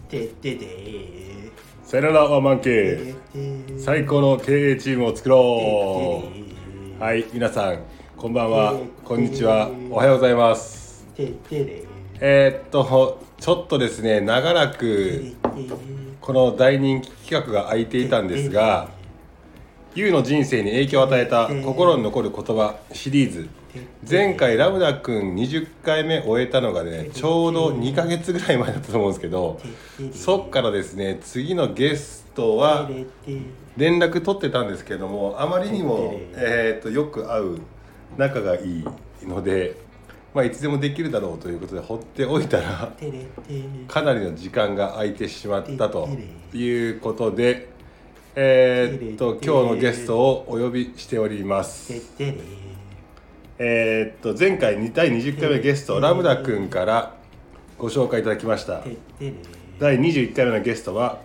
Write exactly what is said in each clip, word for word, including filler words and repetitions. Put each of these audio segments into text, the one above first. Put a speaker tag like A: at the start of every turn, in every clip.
A: てってで
B: さよならワンマン系最高の経営チームを作ろう。はい、皆さんこんばんは、こんにちは、おはようございます。えー、っとちょっとですね、長らくこの大人気企画が空いていたんですが、ユウの人生に影響を与えた心に残る言葉シリーズ、前回ラムダくんにじゅっかいめ終えたのがね、ちょうどにかげつぐらい前だったと思うんですけど、そっからですね、次のゲストは連絡取ってたんですけども、あまりにも、えー、とよく会う仲がいいので、まあ、いつでもできるだろうということで放っておいたらかなりの時間が空いてしまったということで、えー、っと今日のゲストをお呼びしております。えー、っと前回だいにじゅっかいめゲストラムダくんからご紹介いただきました。だいにじゅういっかいめのゲストは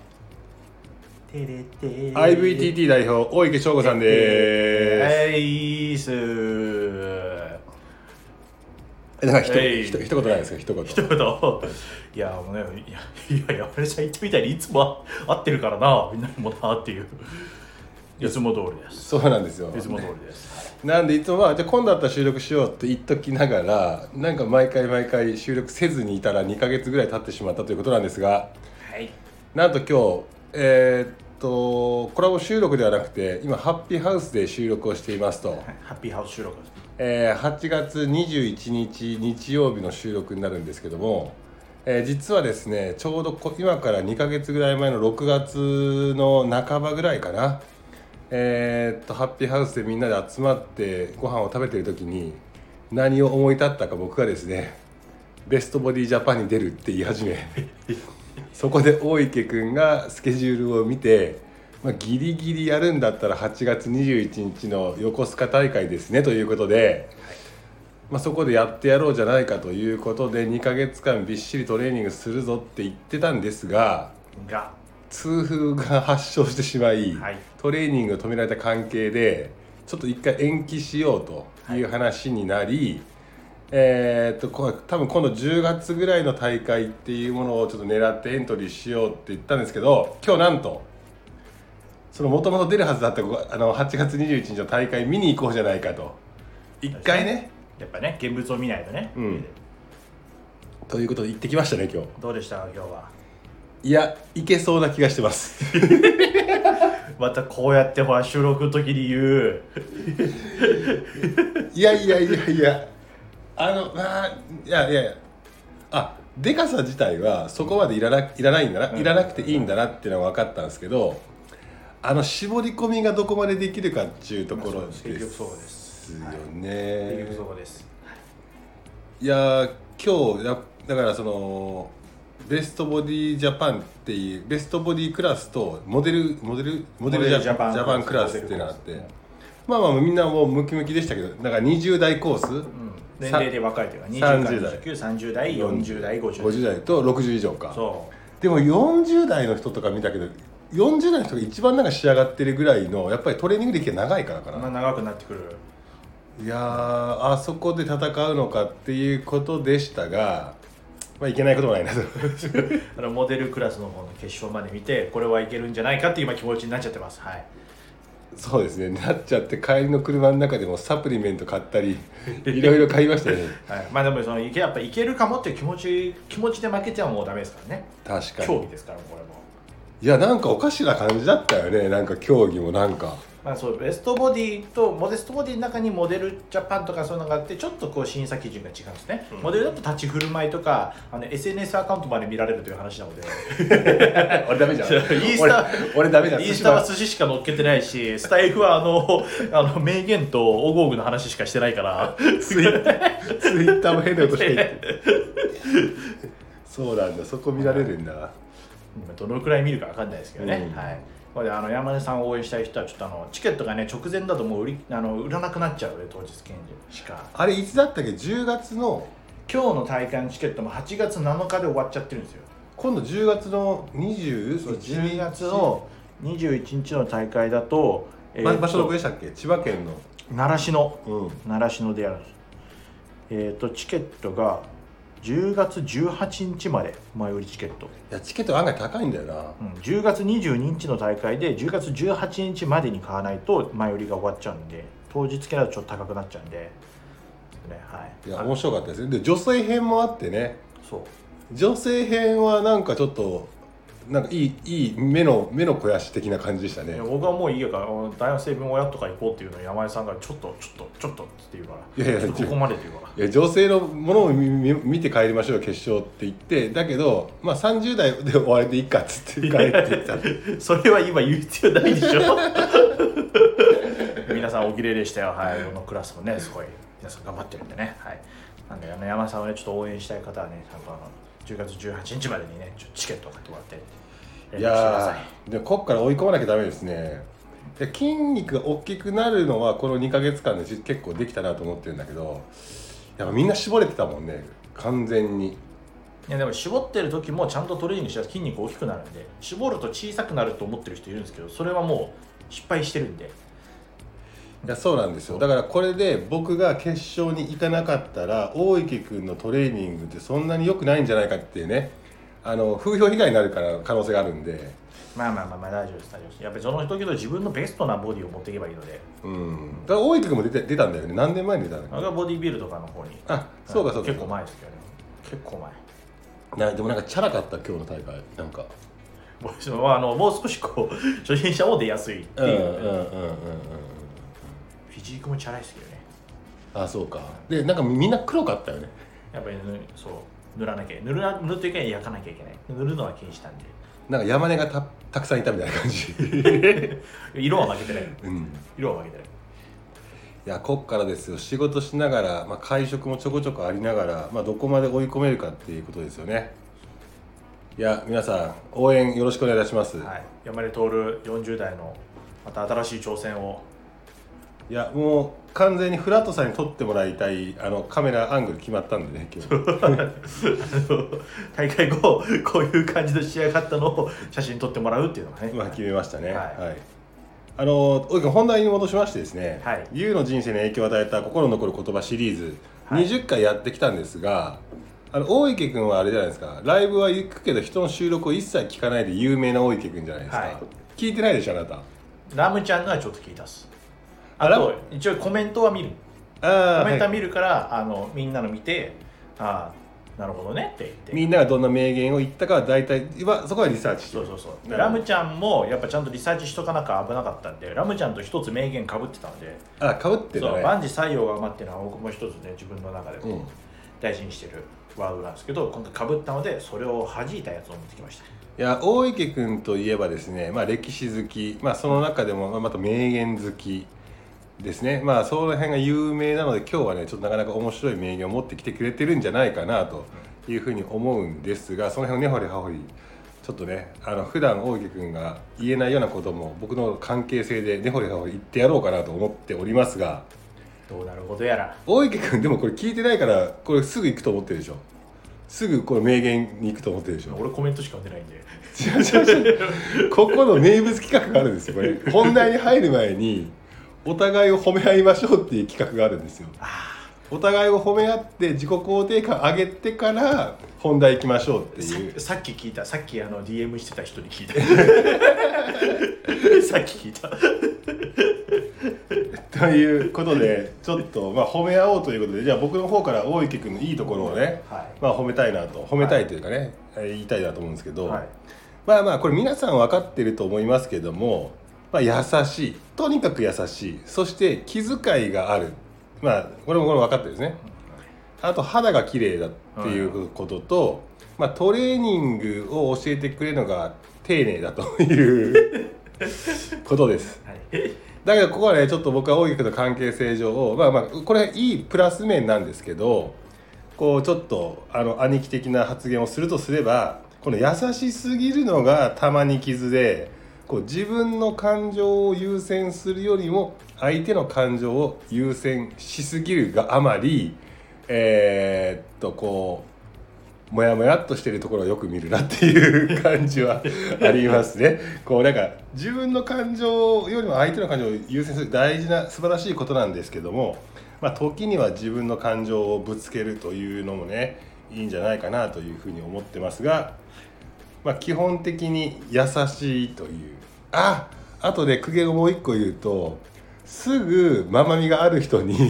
B: アイブイティーティー 代表大池翔吾さんです。
A: はいすー
B: なんかひと、ひと、ひと言ないですか、一言。
A: 一言いやもうね、いやいや山根さん言ってみたいにいつも会ってるからな、みんなにもなっていういつも通りです。
B: そうなんですよ、
A: いつも通りです。
B: なんでいつもはじゃあ今度あったら収録しようって言っときながら、なんか毎回毎回収録せずにいたらにかげつぐらい経ってしまったということなんですが、
A: はい、
B: なんと今日えー、っとコラボ収録ではなくて今ハッピーハウスで収録をしていますと、はい、
A: ハッピーハウス収録です。
B: えー、はちがつにじゅういちにち日曜日の収録になるんですけども、えー、実はですね、ちょうど今からにかげつぐらい前のろくがつの半ばぐらいかな、えー、っとハッピーハウスでみんなで集まってご飯を食べてる時に何を思い立ったか、僕がですねベストボディジャパンに出るって言い始めそこで大池くんがスケジュールを見て、まあ、ギリギリやるんだったらはちがつにじゅういちにちの横須賀大会ですねということで、まあ、そこでやってやろうじゃないかということでにかげつかんびっしりトレーニングするぞって言ってたんですが、
A: が
B: 痛風が発症してしまい、
A: はい、
B: トレーニングを止められた関係でちょっと一回延期しようという話になり、はい、えー、っとこ多分今度じゅうがつぐらいの大会っていうものをちょっと狙ってエントリーしようって言ったんですけど、今日なんとそのもともと出るはずだったあのはちがつにじゅういちにちの大会見に行こうじゃないかと、一回ね、
A: やっぱね現物を見ないとね、
B: うん、ということで行ってきましたね。今日ど
A: うでした？今日は。
B: いや、いけそうな気がしてます
A: またこうやってほら収録の時に言う
B: いやいやいやいや、あのまあいやいやいや、あ、でかさ自体はそこまでいらな、いらないんだな、うん、いらなくていいんだなっていうのは分かったんですけど、あの絞り込みがどこまでできるかっていうところですよね。
A: 結局そうです。はい、
B: 結
A: 局そうです。
B: いや今日やだからそのベストボディジャパンっていうベストボディクラスとモデルモデルモデルジャパン、ジャパンクラスっていうのがあって、まあまあみんなもうムキムキでしたけど、だからにじゅうだいコース、うん、
A: 年齢で分かれてるからにじゅうからにじゅうきゅう、さんじゅうだい、よんじゅうだい、ごじゅうだい、
B: ごじゅうだいとろくじゅう以上か。
A: そう
B: でもよんじゅうだいの人とか見たけど、よんじゅうだいの人が一番なんか仕上がってるぐらいのやっぱりトレーニング歴が長いからかな。
A: まあ、長くなってくる。
B: いやー、あそこで戦うのかっていうことでしたが、まあ、いけないこともないなと
A: あのモデルクラスの方の決勝まで見て、これはいけるんじゃないかっていう今気持ちになっちゃってます。はい、
B: そうですね、なっちゃって帰りの車の中でもサプリメント買ったりいろいろ買いましたね、
A: はい、まあでもそのいけやっぱいけるかもっていう気持ち気持ちで負けちゃもうダメですからね。
B: 確かに
A: 競技ですからこれも。
B: いや、なんかおかしな感じだったよね、なんか競技もなんか。
A: まあ、そうベストボディとモデストボディの中にモデルジャパンとかそういうのがあって、ちょっとこう審査基準が違うんですね、うん、モデルだと立ち振る舞いとかあの エスエヌエス アカウントまで見られるという話なので
B: 俺ダメじゃんイ
A: ンスタ
B: 俺ダメだ。
A: インスタは寿司しか載っけてないし、スタイフはあのあの名言と大道具の話しかしてないから
B: ツイッターも変なことしていってそうなんだ、そこ見られるんだ。
A: 今どのくらい見るか分かんないですけどね、うん、はい。これであの山根さんを応援したい人はちょっとあのチケットがね直前だともう売りあの売らなくなっちゃうので、当日券しか。
B: あれいつだったっけ？じゅうがつの
A: 今日の大会のチケットもはちがつなのかで終わっちゃってるんですよ。
B: 今度じゅうがつのにじゅういちにち、
A: じゅうがつのにじゅういちにちの大会だと、
B: えー、場所どこでしたっけ？千葉県の
A: 習志野、
B: うん、
A: 習志野でやるんです。えっ、ー、とチケットがじゅうがつじゅうはちにちまで前売りチケット。
B: いやチケット案外高いんだよな、
A: うん、じゅうがつにじゅうににちの大会でじゅうがつじゅうはちにちまでに買わないと前売りが終わっちゃうんで、当日券だとちょっと高くなっちゃうんで、ね、はい、
B: いや面白かったですね。で女性編もあってね、
A: そう
B: 女性編はなんかちょっとなんかいいいい目の目の肥やし的な感じでしたね。
A: 僕はもういいやから大学生分親とか行こうっていうのを山井さんがちょっとちょっとちょっとって言うから、
B: いやいや
A: ちょっとここまでって言うから、
B: いや女性のものを 見, 見, 見て帰りましょう決勝って言って、だけどまあさんじゅう代で終わりでいいかっつって帰っていった
A: それは今言う必要ないでしょ皆さんおきれいでしたよ。はい、このクラスもねすごい皆さん頑張ってるんでね、はい、なんであの山井さんをねちょっと応援したい方はね、ちゃんとあのじゅうがつじゅうはちにちまでにねちょっとチケットを買ってもらって
B: いやーでこっから追い込まなきゃダメですね。で筋肉が大きくなるのはこのにかげつかんで結構できたなと思ってるんだけど、やっぱみんな絞れてたもんね完全に。
A: いやでも絞ってる時もちゃんとトレーニングしたら筋肉大きくなるんで、絞ると小さくなると思ってる人いるんですけど、それはもう失敗してるんで。
B: いやそうなんですよ。だからこれで僕が決勝に行かなかったら大池君のトレーニングってそんなに良くないんじゃないかっていうね、あの風評被害になるから可能性があるんで、
A: まあまあまあまあ大丈夫です大丈夫です。やっぱりその時の自分のベストなボディを持っていけばいいので。
B: うんだから大池君も出て出たんだよね。何年前に出たんだっけ。
A: あれはボディビルとかの方に。
B: あそうかそうか、
A: 結構前ですけどね。結構
B: 前な。でもなんかチャラかった今日の大会なんか
A: もうあのもう少しこう初心者も出やすいっていう、ね、うんうんうんうんうん、フィジークもチャラいですけどね。
B: あそうか。でなんかみんな黒かったよね。
A: やっぱりそう塗らなきゃ塗るな塗るといけない、焼かなきゃいけない、塗るのは禁止なんで、
B: なんか山根が た, たくさんいたみたいな感じ
A: 色は負けてない、
B: うん、
A: 色は負けてない。
B: いやこっからですよ。仕事しながら、まあ、会食もちょこちょこありながら、まあ、どこまで追い込めるかっていうことですよね。いや皆さん応援よろしくお願いいたします。
A: はい、山根徹よんじゅう代のまた新しい挑戦を。
B: いやもう完全にフラットさんに撮ってもらいたいあのカメラアングル決まったんでね今日
A: 大会後こういう感じで仕上がったのを写真撮ってもらうっていうのがね、
B: まあ決めましたね。はい、
A: はい、
B: あの大井君本題に戻しましてですね、
A: はい、
B: ユウの人生に影響を与えた心残る言葉シリーズ、はい、にじゅっかいやってきたんですが、あの大池君はあれじゃないですか、ライブは行くけど人の収録を一切聞かないで有名な大池君じゃないですか、はい、聞いてないでしょあなた。
A: ラムちゃんのはちょっと聞いたっす。あと一応コメントは見る、あコメントは見るから、はい、あのみんなの見て、ああなるほどねって言って、
B: みんながどんな名言を言ったかは大体はそこはリサーチして。
A: そうそうそう、ラムちゃんもやっぱちゃんとリサーチしとかなきゃ危なかったんで、ラムちゃんと一つ名言かぶってたので、
B: あかぶってたね。
A: そう万事採用が余っていうのは僕も一つね自分の中でも大事にしてるワードなんですけど、今回かぶったのでそれを弾いたやつを持ってきました。
B: いや大池君といえばですね、まあ、歴史好き、まあ、その中でもまた名言好きですね。まあその辺が有名なので今日はねちょっとなかなか面白い名言を持ってきてくれてるんじゃないかなというふうに思うんですが、その辺を根掘り葉掘りちょっとね、あの普段大池君が言えないようなことも僕の関係性で根掘り葉掘り言ってやろうかなと思っておりますが、
A: どうなることやら。
B: 大池君でもこれ聞いてないからこれすぐ行くと思ってるでしょ。すぐこれ名言に行くと思ってるでしょ。
A: 俺コメントしか読んでないんで
B: 違う違う違うここの名物企画があるんですよ。これ本題に入る前にお互いを褒め合いましょうっていう企画があるんですよ。お互いを褒め合って自己肯定感上げてから本題行きましょうっていう。
A: さ, さっき聞いたさっきあの ディーエム してた人に聞いたさっき聞いた
B: ということでちょっとまあ褒め合おうということで、じゃあ僕の方から大池君のいいところをね、はい、まあ褒めたいなと褒めたいというかね、はい、言いたいなと思うんですけど、はい、まあまあこれ皆さん分かってると思いますけども、まあ、優しい、とにかく優しい、そして気遣いがある、まあこれもこれも分かってるんですね。あと肌が綺麗だっていうことと、まあ、トレーニングを教えてくれるのが丁寧だということです。はい、だけどここはねちょっと僕は大池と関係性上、まあまあこれいいプラス面なんですけど、こうちょっとあの兄貴的な発言をするとすれば、この優しすぎるのがたまに傷で、こう自分の感情を優先するよりも相手の感情を優先しすぎるがあまり、えー、っとこうもやもやっとしてるところをよく見るなっていう感じはありますね。こうなんか自分の感情よりも相手の感情を優先する大事な素晴らしいことなんですけども、まあ、時には自分の感情をぶつけるというのもねいいんじゃないかなというふうに思ってますが、まあ、基本的に優しいという。ああとで苦言をもう一個言うと、すぐママみがある人に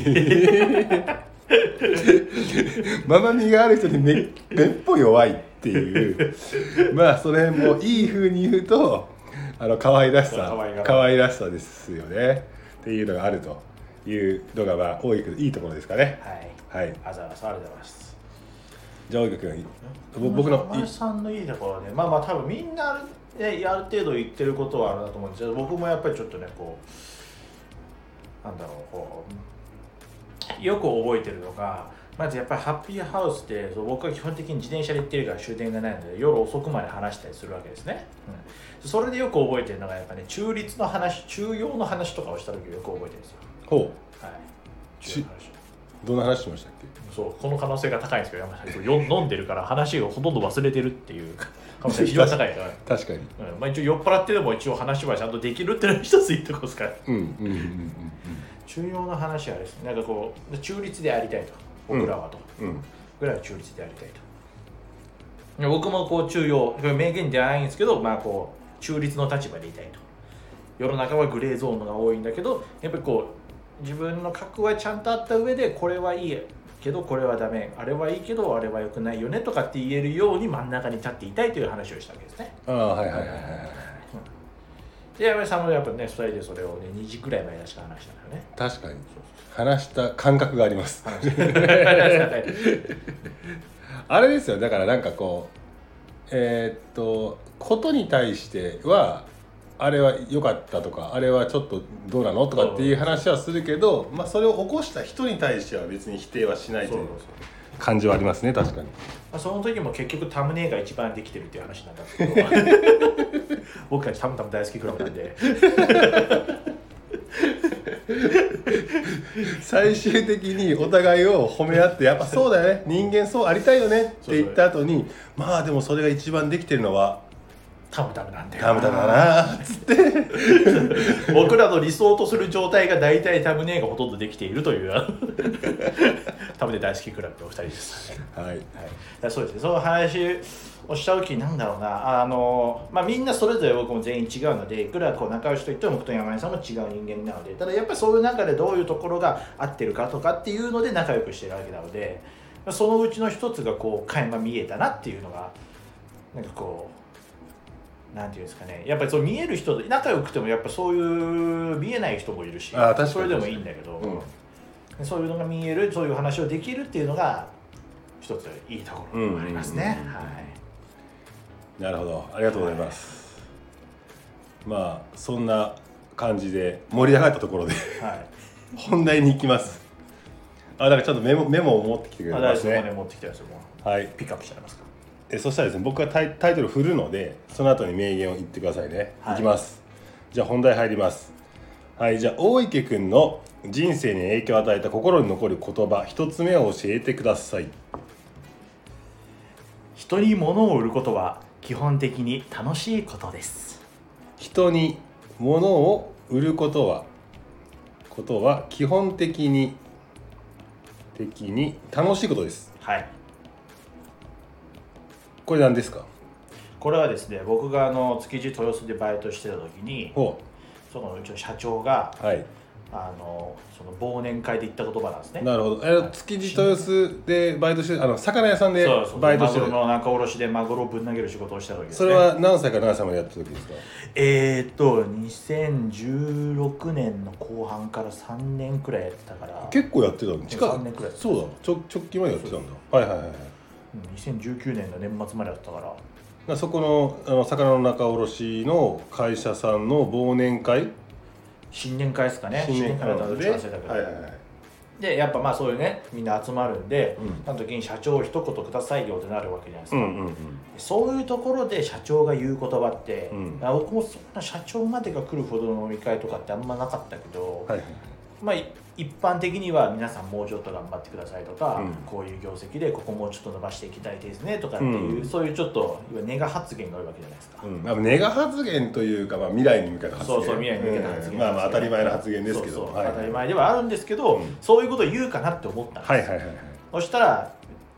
B: ママみがある人にめめっぽい弱いっていうまあそれもいい風に言うとあの可愛らしさ可愛らしさですよねっていうのがあるというのがまあ大井君いいところですかね。
A: はい、はい、ありがとうございます。ありがとうございます。
B: じゃあ大井君僕の
A: 小林さんのいいところはね、まあまあ多分みんなね、ある程度言ってることはあるなと思うんですけど、僕もやっぱりちょっとねこうなんだろうこうよく覚えてるのが、まずやっぱりハッピーハウスってそう僕は基本的に自転車で行ってるから終電がないので夜遅くまで話したりするわけですね、うん、それでよく覚えてるのがやっぱね中立の話中庸の話とかをした時よく覚えてるんですよ。
B: ほう、
A: はい、
B: ちどんな話しましたっけ。
A: そうこの可能性が高いんですけど山下さん飲んでるから話をほとんど忘れてるっていう可能性が非常に高いから
B: 確かに、
A: うんまあ、一応酔っ払ってでも一応話はちゃんとできるっていうのが一ついいとこですから、
B: うんうんうんうんうん、
A: 中庸の話はですねなんかこう中立でありたいと僕らはと、
B: うんうん、
A: 僕らは中立でありたいと僕もこう中庸明言ではないんですけどまあこう中立の立場でいたいと世の中はグレーゾーンが多いんだけどやっぱりこう自分の覚悟はちゃんとあった上でこれはいいけどこれはダメあれはいいけどあれは良くないよねとかって言えるように真ん中に立っていたいという話をしたわけですね。
B: ああはいはいはいはい、
A: うん、で山井さんもやっぱねふたりでそれをねにじくらい前にしか話したんだよね。
B: 確かに話した感覚がありますあれですよだからなんかこうえー、っとことに対してはあれは良かったとかあれはちょっとどうなのとかっていう話はするけど、まあ、それを起こした人に対しては別に否定はしないという感じはありますね。確かに、
A: まあ、その時も結局タムネが一番できてるっていう話なんだけど僕たちタムタム大好きクラブなんで
B: 最終的にお互いを褒め合ってやっぱそうだよね人間そうありたいよねって言った後にまあでもそれが一番できてるのは
A: タムタムなんだよ
B: タムタムだなーっつって
A: 僕らの理想とする状態が大体タムネがほとんどできているというタムネ大好きクラブのお二人です。
B: はい、はい、
A: はい、そうですね。その話をした時になんだろうなあの、まあ、みんなそれぞれ僕も全員違うのでいくらこう仲良しといっても僕と山根さんも違う人間なのでただやっぱりそういう中でどういうところが合ってるかとかっていうので仲良くしてるわけなのでそのうちの一つがこう垣間見えたなっていうのがなんかこうなんていうんですかねやっぱりそう見える人仲良くてもやっぱそういう見えない人もいるし
B: あ確かに
A: それでもいいんだけど、うん、そういうのが見えるそういう話をできるっていうのが一ついいところがありますね。
B: なるほどありがとうございます、はい、まあそんな感じで盛り上がったところで、はい、本題に行きます。あだからちょっとメモメモを持ってきてくれますね。
A: あ持ってきてますよもう、はい、ピックアップしてありますか。
B: えそしたらですね僕がタ イ, タイトル振るのでその後に名言を言ってくださいね、はい、いきます。じゃあ本題入ります。はいじゃあ大池くんの人生に影響を与えた心に残る言葉一つ目を教えてください。
A: 人に物を売ることは基本的に楽しいことです。
B: 人に物を売ることはことは基本的に的に楽しいことです。
A: はい
B: これ何ですか。
A: これはですね僕があの築地豊洲でバイトしてた時に
B: ほ
A: うそのうちの社長が、
B: はい、
A: あのその忘年会で言った言葉なんですね。
B: なるほど。え築地豊洲でバイトしてあの魚屋さんでバイトしてる。
A: マグロの仲卸でマグロをぶん投げる仕事をした時ですね。
B: それは何歳から何歳までやった時ですか。
A: えーっとにせんじゅうろくねんの後半からさんねんくらいやってたから
B: 結構やってたの近
A: さんねんくらい
B: そうだちょ直近までやってたんだ。はいはいはいはい
A: にせんじゅうきゅうねんの年末までやってたから
B: らそこのあの魚の仲卸の会社さんの忘年会
A: 新年会ですかね。
B: 新年会
A: だったら忘れたけど、はいはいはい、でやっぱまあそういうねみんな集まるんで、うん、その時に社長一言くださいよってなるわけじゃないですか、うんうんうん、そういうところで社長が言う言葉って、うん、僕もそんな社長までが来るほどの飲み会とかってあんまなかったけど、はいはい、まあ一般的には皆さんもうちょっと頑張ってくださいとか、うん、こういう業績でここもうちょっと伸ばしていきたいですねとかっていう、うん、そういうちょっとネガ発言があるわけじゃないですか、
B: うん、ネガ発言というか、まあ、未来に向けた発言
A: そうそう未来に向けた発言、
B: うん、まあまあ当たり前の発言ですけど
A: そうそう、
B: はい、
A: 当たり前ではあるんですけど、うん、そういうことを言うかなって思ったんです、
B: はいはいはいはい、
A: そしたら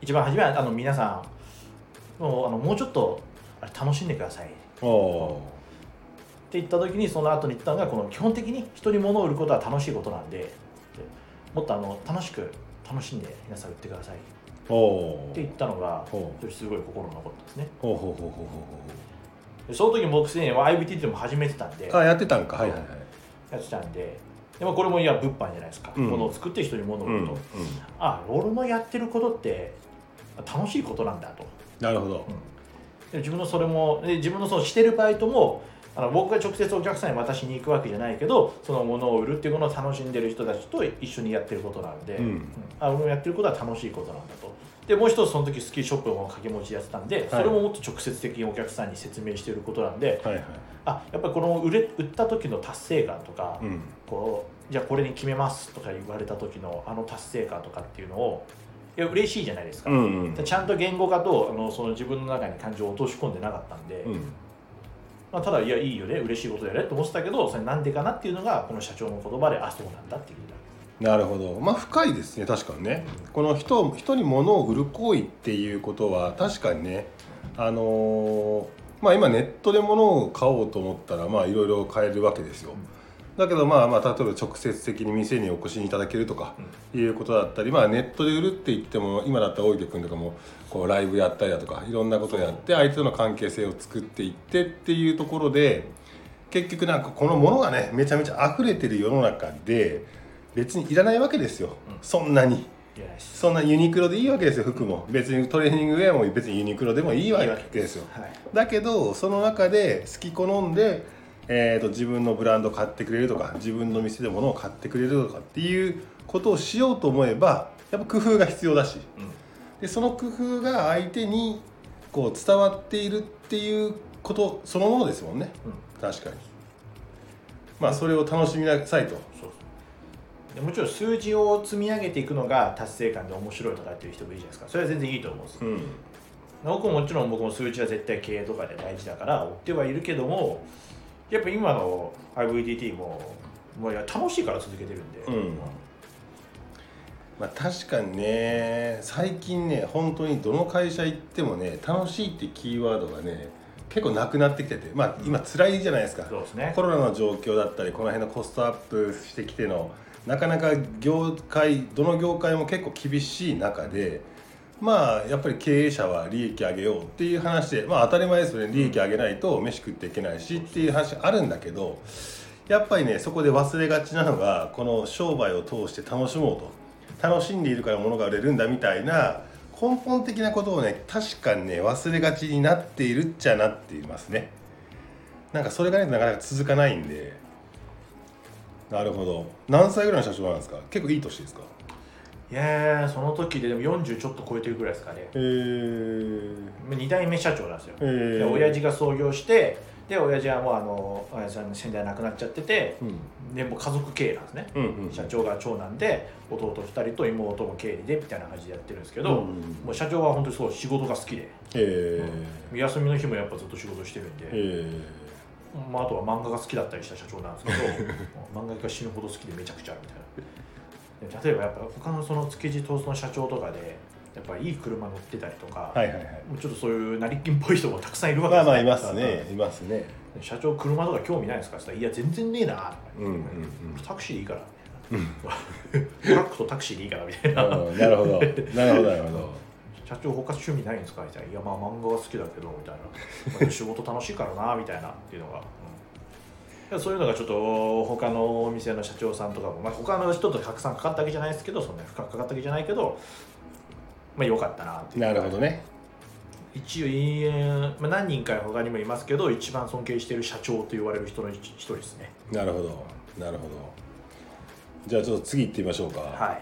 A: 一番初めはあの皆さんもうあのもうちょっとあれ楽しんでください
B: お
A: って言った時に、その後に言ったのがこの基本的に人に物を売ることは楽しいことなんで、もっとあの楽しく楽しんで皆さん売ってくださいって言ったのがすごい心に残ったんですね。
B: ほうほうほうほうほう。
A: でその時僕すでに アイビーティー でも始めてたんで、
B: あやってたんか、はいはいはい、
A: やってたんで、でもこれもいや物販じゃないですか、うん、物を作って人に物を売ると、うんうん、あ俺のやってることって楽しいことなんだと。
B: なるほど、
A: うん、で自分のそれもで自分のそのしてるバイトもあの僕が直接お客さんに渡しに行くわけじゃないけど、その物を売るっていうものを楽しんでる人たちと一緒にやってることなんで、うんうん、あ俺のやってることは楽しいことなんだと。でもう一つその時スキーショップも掛け持ちやってたんで、はい、それももっと直接的にお客さんに説明していることなんで、はいはい、あやっぱりこの売れ売った時の達成感とか、うん、こうじゃあこれに決めますとか言われた時のあの達成感とかっていうのをいや嬉しいじゃないですか、うんうん、ちゃんと言語化とあのその自分の中に感情を落とし込んでなかったんで、うんまあ、ただいやいいよね嬉しいことやれって思ってたけど、それなんでかなっていうのがこの社長の言葉であそうなんだっていう。
B: なるほど、まあ深いですね確かにね。この人人に物を売る行為っていうことは確かにね、あのー、まあ今ネットで物を買おうと思ったらまあいろいろ買えるわけですよ。だけどまあまあ例えば直接的に店にお越しいただけるとかいうことだったり、まあネットで売るって言っても今だったら大池君とかもこうライブやったりだとかいろんなことやって相手との関係性を作っていってっていうところで、結局なんかこの物がねめちゃめちゃ溢れてる世の中で別にいらないわけですよ、うん、そんなにそんなユニクロでいいわけですよ。服も別にトレーニングウェアも別にユニクロでもいいわけですよ。はい、だけどその中で好き好んで、えー、と自分のブランドを買ってくれるとか自分の店で物を買ってくれるとかっていうことをしようと思えばやっぱ工夫が必要だし、うん、でその工夫が相手にこう伝わっているっていうことそのものですもんね、うん、確かに。まあそれを楽しみなさいと。そう
A: でもちろん数字を積み上げていくのが達成感で面白いとかっていう人もいいじゃないですか。それは全然いいと思うんです、うん、僕ももちろん僕も数値は絶対経営とかで大事だから追ってはいるけども、やっぱ今の アイブイディーティー ももういや楽しいから続けてるんで、うん
B: まあ、確かにね最近ね本当にどの会社行ってもね楽しいってキーワードがね結構なくなってきてて、まあ今辛いじゃないですか、
A: そうですね、
B: コロナの状況だったりこの辺のコストアップしてきてのなかなか業界どの業界も結構厳しい中で、まあやっぱり経営者は利益上げようっていう話で、まあ当たり前ですよね。利益上げないと飯食っていけないしっていう話あるんだけど、やっぱりねそこで忘れがちなのがこの商売を通して楽しもうと、楽しんでいるから物が売れるんだみたいな根本的なことをね確かにね忘れがちになっているっちゃなっていますね。なんかそれがねなかなか続かないんで。なるほど。何歳ぐらいの社長なんですか？結構いい年ですか？
A: いやその時ででもよんじゅうちょっと超えてるぐらいですかね。へ
B: ー。
A: に代目社長なんですよ。で親父が創業してで親父はもうあの親父さんの先代亡くなっちゃってて、うん、でもう家族経営なんですね、うんうん、社長が長男で弟ふたりと妹も経理でみたいな感じでやってるんですけど、うんうん、もう社長は本当にそう仕事が好きで、うん、休みの日もやっぱずっと仕事してるんで、まあ、あとは漫画が好きだったりした社長なんですけど漫画が死ぬほど好きでめちゃくちゃあるみたいな。例えばやっぱ他のその築地トーストの社長とかでやっぱりいい車乗ってたりとか、はいはいはい、もうちょっとそういう成金っぽい人もたくさんいるわけですよ。
B: まあまあいますねいますね。
A: 社長車とか興味ないですかって言ったらいや全然ねえな、うんうんうん、タクシーでいいからみたいなトラックとタクシーでいいからみたいななるほどなるほどなるほど社長他趣味ないんですかみたいな。いやまあ漫画が好きだけどみたいな仕事楽しいからなみたいなっていうのが、うん、そういうのがちょっと他のお店の社長さんとかも、まあ、他の人とたくさんかかったわけじゃないですけどそんな深くかかったわけじゃないけどまあ良かったなっていう。
B: なるほどね。
A: 一応、えーまあ、何人か他にもいますけど一番尊敬している社長と言われる人の一人ですね。
B: なるほどなるほど。じゃあちょっと次行ってみましょうか。はい、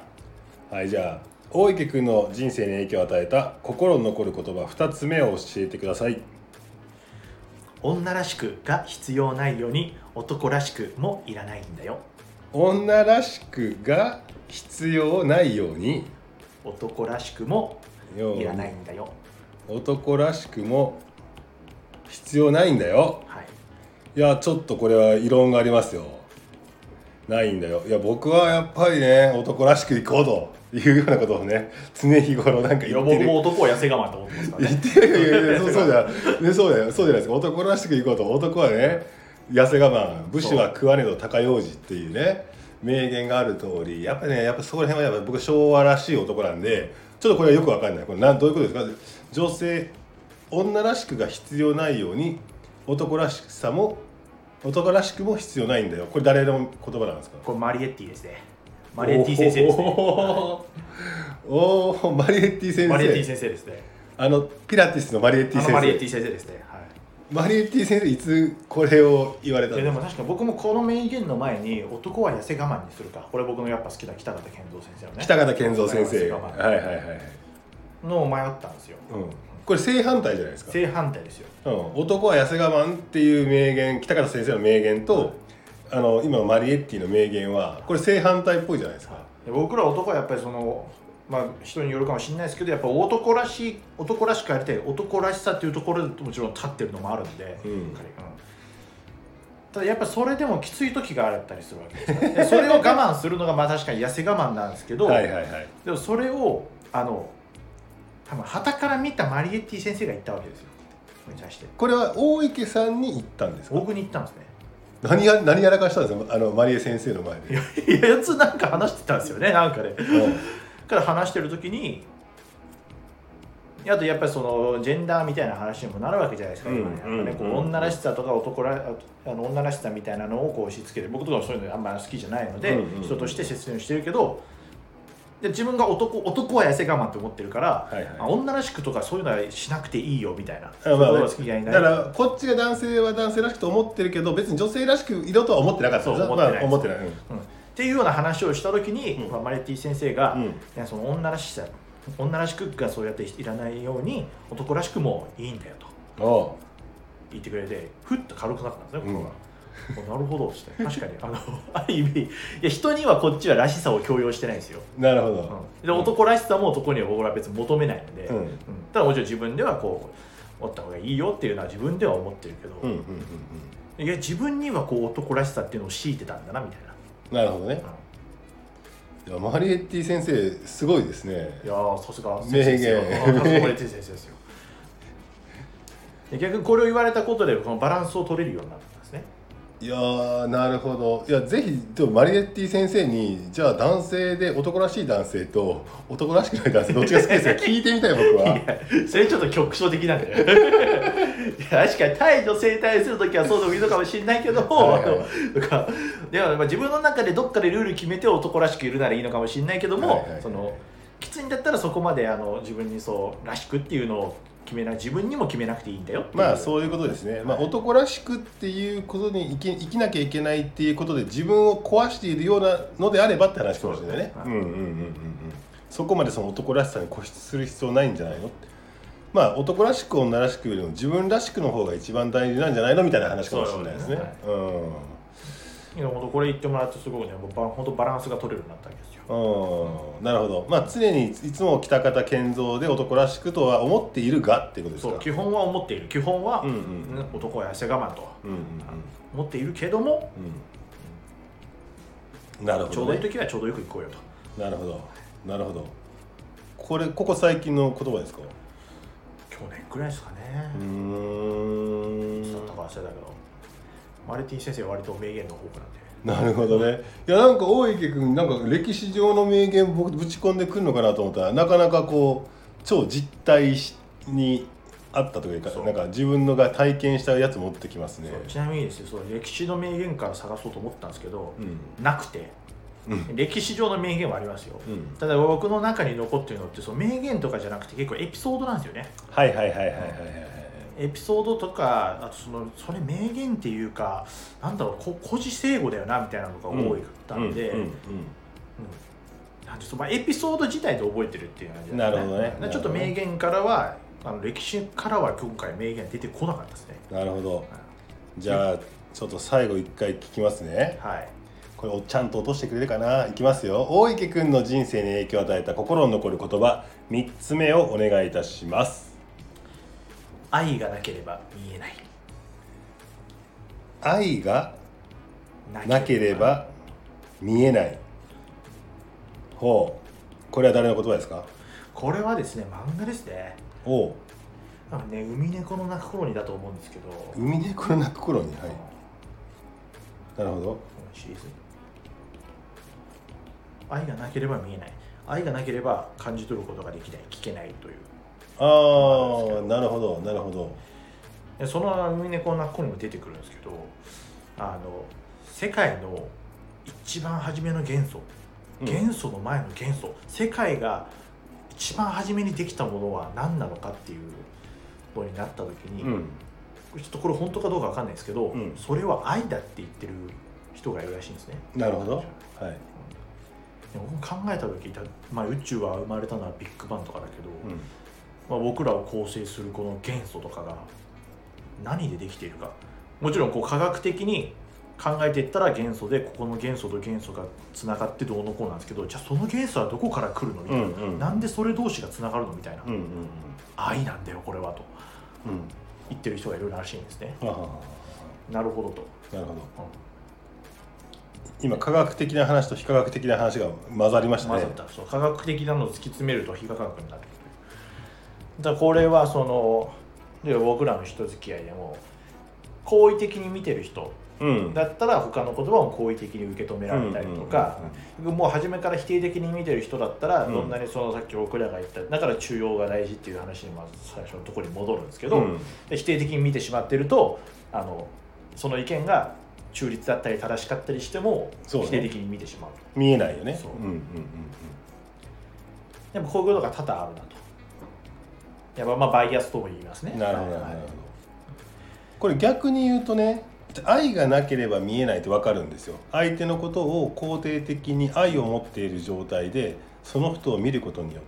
B: はい、じゃあ大池君の人生に影響を与えた心に残る言葉ふたつめを教えてください。
A: 女らしくが必要ないように男らしくもいらないんだよ。
B: 女らしくが必要ないように
A: 男らしくもいらないんだよ。
B: 男らしくも必要ないんだよ、はい、いやちょっとこれは異論がありますよ。ないんだよ。いや僕はやっぱりね男らしくいこうというようなことをね常日頃なんか言ってる。いや
A: 僕も男は痩せ我慢と思ってますからね。
B: 言ってるいやいやそうそうだよ、ね、そうだよそうじゃないですか。男らしくいこうと男はね痩せ我慢武士は食わねど高用事っていうね名言がある通りやっぱりねやっぱそこら辺はやっぱ僕昭和らしい男なんでちょっとこれはよくわかんない。これなんどういうことですか。女性女らしくが必要ないように男らしさも男らしくも必要ないんだよ。これ誰の言葉なんですか。
A: これマリエッティですね。マリエッティ先生ですね。
B: おおマリエッティ先生。
A: マリエッティ先生ですね。
B: あのピラティスのマリエッティ先生。
A: あのマリエッティ先生ですね。はい。
B: マリエッティ先生いつこれを言われたんですか。
A: でも確か僕もこの名言の前に男は痩せ我慢にするか。これ僕のやっぱ好きな北方健三先生のね。
B: 北方健三先生。はいはいはい。
A: の迷ったんですよ。
B: うん。これ正反対じゃないですか。
A: 正反対ですよ。
B: うん。男は痩せ我慢っていう名言北方先生の名言と。あの今のマリエッティの名言はこれ正反対っぽいじゃないですか。
A: 僕ら男はやっぱりそのまあ人によるかもしれないですけどやっぱ男らしい男らしくやりたい男らしさっていうところでもちろん立ってるのもあるんで、うん、ただやっぱそれでもきつい時があったりするわけですでそれを我慢するのがまあ確かに痩せ我慢なんですけど
B: はいはい、はい、
A: でもそれをあの多分傍から見たマリエッティ先生が言ったわけですよ。これに対して
B: これは大池さんに言ったんですか。
A: 僕に言ったんですね。
B: 何や何やらかしたんですか。あのマリエ先生の前で。
A: いややつなんか話してたんですよねなんかね。うん、から話してる時にあとやっぱりそのジェンダーみたいな話にもなるわけじゃないですか。今ねこう女らしさとか男らあの女らしさみたいなのをこう押し付けて僕とかはそういうのあんまり好きじゃないので、うんうん、人として説明してるけどで自分が 男, 男は痩せ我慢って思ってるから、はいはい、女らしくとかそういうのはしなくていいよみたいな、
B: まあまあ、好きじゃないだからこっちが男性は男性らしくと思ってるけど別に女性らしくいろとは思ってなかったんです。
A: そう思ってない、
B: まあ、思ってない、うんうん、
A: っていうような話をした時に、うんまあ、マレッティ先生が、うん、いやその女らしさ女らしくがそうやっていらないように男らしくもいいんだよと言ってくれてふっと軽くなったんですね僕は、うんなるほどって確かにあのある意味いや人にはこっちはらしさを強要してないんですよ。
B: なるほど、
A: うん、で男らしさも男には僕らは別に求めないので、うんうん、ただもちろん自分ではこう持った方がいいよっていうのは自分では思ってるけど、うんうんうんうん、いや自分にはこう男らしさっていうのを強いてたんだなみたい
B: な。なるほどね、うん、いやマリエッティ先生すごいですね。
A: いやさすが
B: 名言
A: マリエッティ先生ですよ。逆にこれを言われたことでこのバランスを取れるようになったんですね。
B: いやーなるほど。いやぜひでもマリエッティ先生にじゃあ男性で男らしい男性と男らしくない男性どっちが好きですか聞いてみたい僕は。いや
A: それちょっと局所的なんだよ。いや確かに対女性に対する時はそうでもいいのかもしれないけども、はいはい、だからでもまあ自分の中でどっかでルール決めて男らしくいるならいいのかもしれないけども、はいはいはい、そのきついんだったらそこまであの自分にそうらしくっていうのを決めない自分にも決めなくていいんだよ。
B: まあそういうことですね、まあ、男らしくっていうことに生き、生きなきゃいけないっていうことで自分を壊しているようなのであればって話かもしれないね。うんうんうんうんうん。そこまでその男らしさに固執する必要ないんじゃないのって。まあ男らしく女らしくよりも自分らしくの方が一番大事なんじゃないのみたいな話かもしれないですね。うん。
A: いや本当これ言ってもらってすごいね本当バランスが取れるようになったわけですよ。
B: うん、なるほど。まあ常にいつも北方健三で男らしくとは思っているがっていうことですか。
A: そう基本は思っている基本は、うんうん、男は痩せ我慢と、うんうんうん、思っているけども、
B: うん、なるほど、ね、
A: ちょうどいい時はちょうどよく行こうよ
B: と。なるほどなるほど。これここ最近の言葉ですか。
A: 去年くらいですかね。うーんだったか忘れたけどマレティ先生は割と名言の方なんで。
B: なるほどね。いやなんか大池君なんか歴史上の名言僕ぶち込んでくるのかなと思ったらなかなかこう超実体にあったというかなんか自分のが体験したやつ持ってきますね。
A: ちなみにですね、そう歴史の名言から探そうと思ったんですけど、うん、なくて、うん、歴史上の名言はありますよ、うん、ただ僕の中に残ってるのってその名言とかじゃなくて結構エピソードなんですよね。
B: はいはいはいはいはいはい。
A: エピソードとかあとそのそれ名言っていうかなんだろうこ古事成語だよなみたいなのが多かったんで、エピソード自体で覚えてるっていう感じ
B: なんですね。なるほどね。
A: ちょっと名言からはあの歴史からは今回名言出てこなかったですね。
B: なるほど。じゃあちょっと最後一回聞きますね。
A: はい。
B: これをちゃんと落としてくれるかな。いきますよ。大池くんの人生に影響を与えた心に残る言葉みっつめをお願いいたします。
A: 愛がなければ見えない。
B: 愛がなければ見えない。ほう。 これは誰の言葉ですか？
A: これはですね、漫画ですね。
B: おう。
A: なんかね、海猫の鳴く頃にだと思うんですけど。
B: 海猫の鳴く頃に、はい。なるほど。
A: シリーズ。愛がなければ見えない。愛がなければ感じ取ることができない、聞けないという。
B: ああ、なるほど、なるほど。
A: でその海猫の鳴く頃にも出てくるんですけど、あの世界の一番初めの元素、元素の前の元素、うん、世界が一番初めにできたものは何なのかっていうのになった時に、うん、ちょっとこれ本当かどうか分かんないですけど、うん、それは愛だって言ってる人がいるらしいんですね。
B: なるほど。はい。
A: でも考えた時、まあ、宇宙は生まれたのはビッグバンとかだけど、うんまあ、僕らを構成するこの元素とかが何でできているか、もちろんこう科学的に考えていったら元素で、ここの元素と元素がつながってどうのこうなんですけど、じゃあその元素はどこから来るのみたいな、うんうん、なんでそれ同士がつながるのみたいな、うんうんうん、愛なんだよこれはと、うん、言ってる人がいるらしいんですね。なるほどと。
B: なるほど、うん、今科学的な話と非科学的な話が混ざりましたね。
A: 混ざった。そう、科学的なのを突き詰めると非科学になる。だからこれはそので僕らの人付き合いでも好意的に見てる人だったら他の言葉も好意的に受け止められたりとか、もう初めから否定的に見てる人だったら、どんなにそのさっき僕らが言っただから中庸が大事っていう話にまず最初のところに戻るんですけど、うん、で否定的に見てしまってるとあのその意見が中立だったり正しかったりしても否定的に見てしまうと、
B: ね、見えないよね。そう、うんうんうんうん、
A: でもこういうことが多々あるなと。やっぱまあバイアスとも言いますね。
B: なるほど、なるほど。これ逆に言うとね、愛がなければ見えないって分かるんですよ。相手のことを肯定的に愛を持っている状態でその人を見ることによって、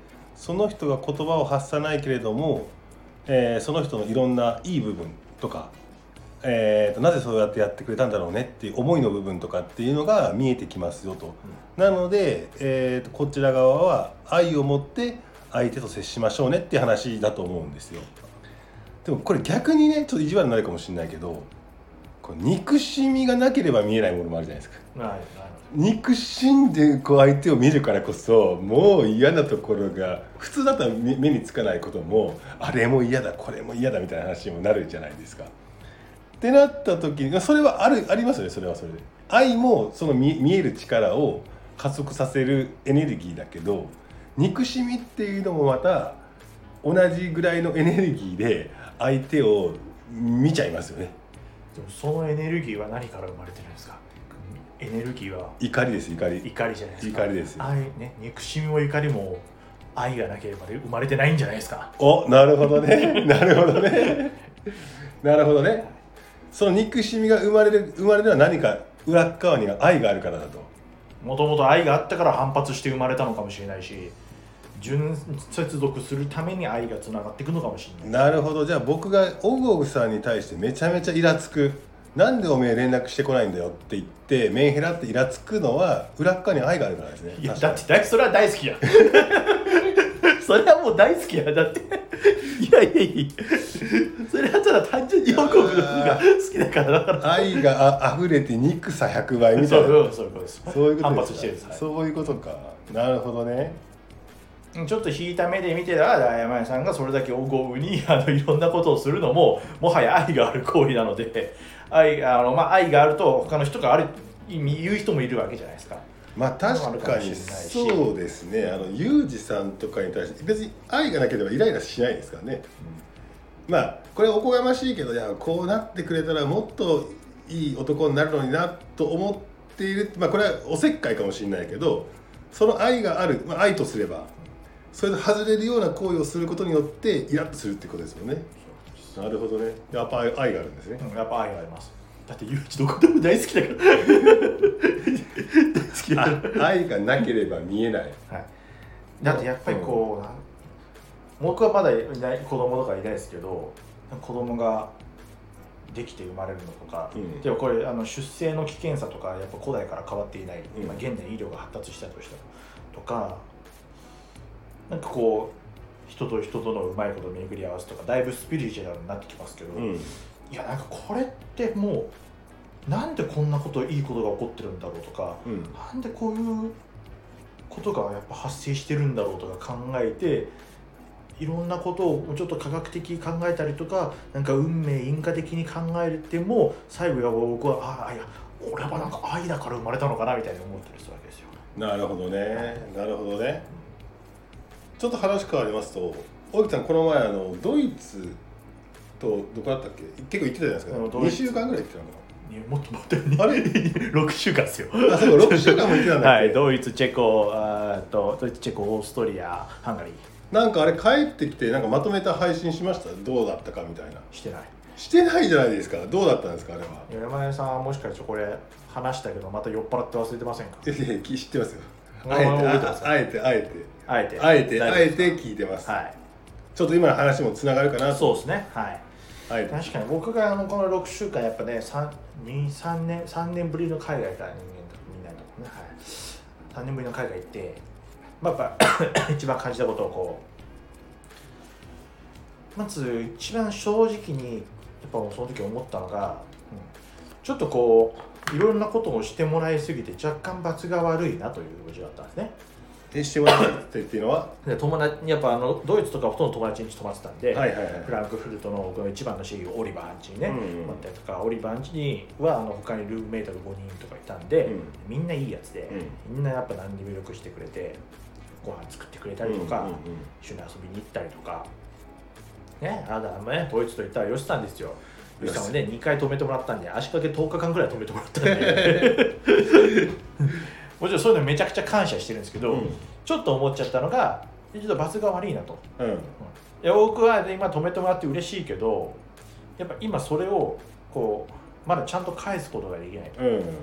B: その人が言葉を発さないけれども、えー、その人のいろんないい部分とか、えー、となぜそうやってやってくれたんだろうねっていう思いの部分とかっていうのが見えてきますよと、うん、なので、えー、とこちら側は愛を持って相手と接しましょうねっていう話だと思うんですよ。でもこれ逆にね、ちょっと意地悪になるかもしれないけど、こう憎しみがなければ見えないものもあるじゃないですか。はい、憎しんでこう相手を見るからこそ、もう嫌なところが普通だったら目につかないことも、あれも嫌だこれも嫌だみたいな話にもなるじゃないですか。ってなった時にそれはあるありますよね。それはそれで愛もその 見, 見える力を加速させるエネルギーだけど、憎しみっていうのもまた同じぐらいのエネルギーで相手を見ちゃいますよね。
A: でもそのエネルギーは何から生まれてるんですか？エネルギーは
B: 怒りです。怒り
A: 怒りじゃないですか。
B: 怒りですよ。
A: 愛、ね、憎しみも怒りも愛がなければ生まれてないんじゃないですか。
B: お、なるほどねなるほどねなるほどね。その憎しみが生まれる生まれるのは何か裏側には愛があるからだと。
A: もともと愛があったから反発して生まれたのかもしれないし、純接続するために愛がつながっていくのかもしれない。
B: なるほど。じゃあ僕がオグオグさんに対してめちゃめちゃイラつく、なんでおめえ連絡してこないんだよって言ってメンヘラってイラつくのは裏側に愛があるからですね。
A: いやだってそれは大好きやそれはもう大好きや。だっていやいやいやそれはただ単純にオグオグが好きだからだから
B: 愛があ溢れて憎さひゃくばいみたいな。
A: そうそういうことです。
B: そういうことです。
A: 反発してるんです。
B: そういうことか。なるほどね。
A: ちょっと引いた目で見てたら山根さんがそれだけオグオグにあのいろんなことをするのももはや愛がある行為なので、愛、あの、まあ、愛があると他の人がある言う人もいるわけじゃないですか。
B: まあ確かにそうですね。あのユージさんとかに対して別に愛がなければイライラしないですからね、うん、まあこれおこがましいけど、いやこうなってくれたらもっといい男になるのになと思っている。まあこれはおせっかいかもしれないけど、その愛がある、まあ、愛とすればそれで外れるような行為をすることによってイラッとするってことですよね。なるほどね。やっぱ愛があるんですね、
A: うん、やっぱ愛があります。だってユージどこでも大好きだから大好きだから
B: 愛がなければ見えない、
A: はい、だってやっぱりこう、うん、僕はまだいない子供とかいないですけど、子供ができて生まれるのとか、うん、でもこれあの出生の危険さとかやっぱ古代から変わっていない、うん、今現代医療が発達したとしたとか、なんかこう人と人とのうまいこと巡り合わせとかだいぶスピリチュアルになってきますけど、うん、いやなんかこれってもうなんでこんなこといいことが起こってるんだろうとか、うん、なんでこういうことがやっぱ発生してるんだろうとか考えて、いろんなことをちょっと科学的に考えたりとか、なんか運命因果的に考えても最後は僕はああいやこれはなんか愛だから生まれたのかなみたいに思ったりするわけですよ。
B: なるほどね、なるほどね。ちょっと話変わりますと、大木さんこの前あのドイツとどこだったっけ、結構行ってたじゃないですか。にしゅうかんぐらい行ってたのか
A: な。いやもっともっとあれろくしゅうかんですよ。
B: あ、そうろくしゅうかんも行ってたんだっけ。
A: はい、ドイツ、チェコ、あとドイツ、チェコ、オーストリア、ハンガリー。
B: なんかあれ帰ってきてなんかまとめた配信しました？どうだったかみたいな。
A: してない。
B: してないじゃないですか。どうだったんですかあれは。
A: 山根さんはもしかしてこれ話したけどまた酔っ払って忘れてませんか？
B: いやいや知ってますよ。あえてあえてあえて
A: あえて
B: あえてあえて聞いてます。はい。ちょっと今の話もつながるかなと。
A: そうですね。はい。はい、確かに僕があのこのろくしゅうかんやっぱねに、さんねんさんねんぶりの海外から人間みんなのね、はい、さんねんぶりの海外行って、まあ、やっぱ一番感じたことをこうまず一番正直にやっぱその時思ったのが、うん、ちょっとこういろんなことをしてもらいすぎて若干罰が悪いなという感じだったんですね。
B: えしてもらってっていうのは
A: 友達やっぱあのドイツとかほとんど友達に泊まってたんで、
B: はいはいはい、
A: フランクフルトの一番のシーイーオーオリバーん家にね、
B: うんうん、
A: 泊まったりとか、オリバーん家にはあの他にルームメイトがごにんとかいたんで、うん、みんないいやつで、うん、みんなやっぱ何にもよくしてくれてご飯作ってくれたりとか、うんうんうん、一緒に遊びに行ったりとかね、あだね、ドイツと言ったらヨシさんですよ。ヨシさんはねにかい泊めてもらったんで、足掛けとおかかんぐらい泊めてもらったんでもちろんそういうのめちゃくちゃ感謝してるんですけど、うん、ちょっと思っちゃったのがちょっと罰が悪いなと、うんうん、いや僕は今泊めてもらって嬉しいけどやっぱ今それをこうまだちゃんと返すことができないと、うん、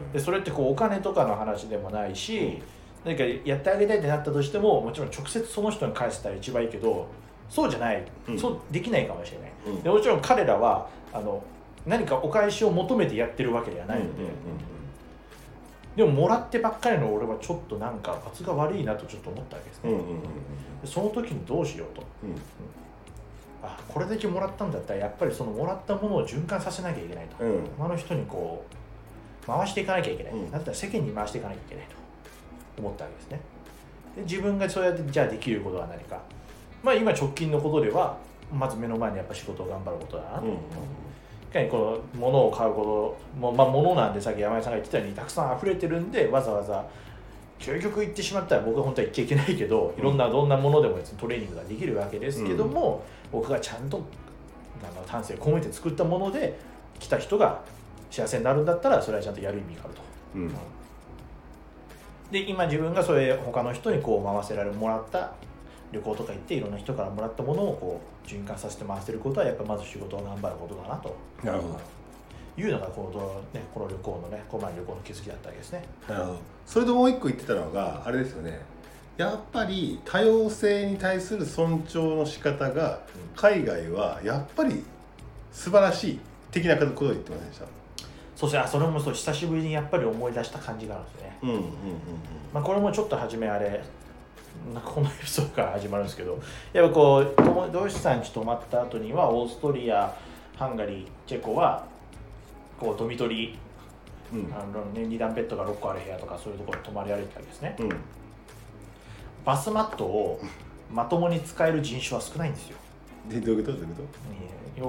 A: でそれってこうお金とかの話でもないし、うん、何かやってあげたいってなったとしてももちろん直接その人に返せたら一番いいけどそうじゃない、うん、そうできないかもしれない、うん、でもちろん彼らはあの何かお返しを求めてやってるわけではないので、うんうんうん、でももらってばっかりの俺はちょっとなんか罰が悪いなとちょっと思ったわけですね、うんうんうん、でその時にどうしようと、うんうん、あこれだけもらったんだったらやっぱりそのもらったものを循環させなきゃいけないと、うん、他の人にこう回していかなきゃいけない、うん、だったら世間に回していかなきゃいけないと思ったわけですね。で自分がそうやってじゃあできることは何か、まあ今直近のことではまず目の前にやっぱ仕事を頑張ることだなと、うんうん、この物を買うことも、まあ、物なんでさっき山井さんが言ってたようにたくさん溢れてるんでわざわざ究極言ってしまったら僕は本当は言っちゃいけないけどいろんなどんなものでもトレーニングができるわけですけども、うん、僕がちゃんと丹精込めて作ったもので来た人が幸せになるんだったらそれはちゃんとやる意味があると、うん、で今自分がそれ他の人にこう回せられもらった旅行とか行っていろんな人からもらったものをこう循環させて回せることはやっぱまず仕事を頑張ることだなと。
B: なるほど。
A: いうのがこの、ね、この旅行のね、この前の旅行の気づきだったわけですね。
B: なるほど。それともう一個言ってたのがあれですよね。やっぱり多様性に対する尊重の仕方が海外はやっぱり素晴らしい的なことを言ってませんでした？
A: そうですね。それもそう久しぶりにやっぱり思い出した感じがあるんですね。うんうんうんうん。まあこれもちょっと初めあれ。なんかこのエピソードから始まるんですけどやっぱこうドイツさん家泊まった後にはオーストリア、ハンガリー、チェコはこうドミトリー、うん、あのね、に段ベッドがろっこある部屋とかそういうところに泊まり歩いたわけですね、うん、バスマットをまともに使える人種は少ないんですよ。
B: でどういうことどういうこと？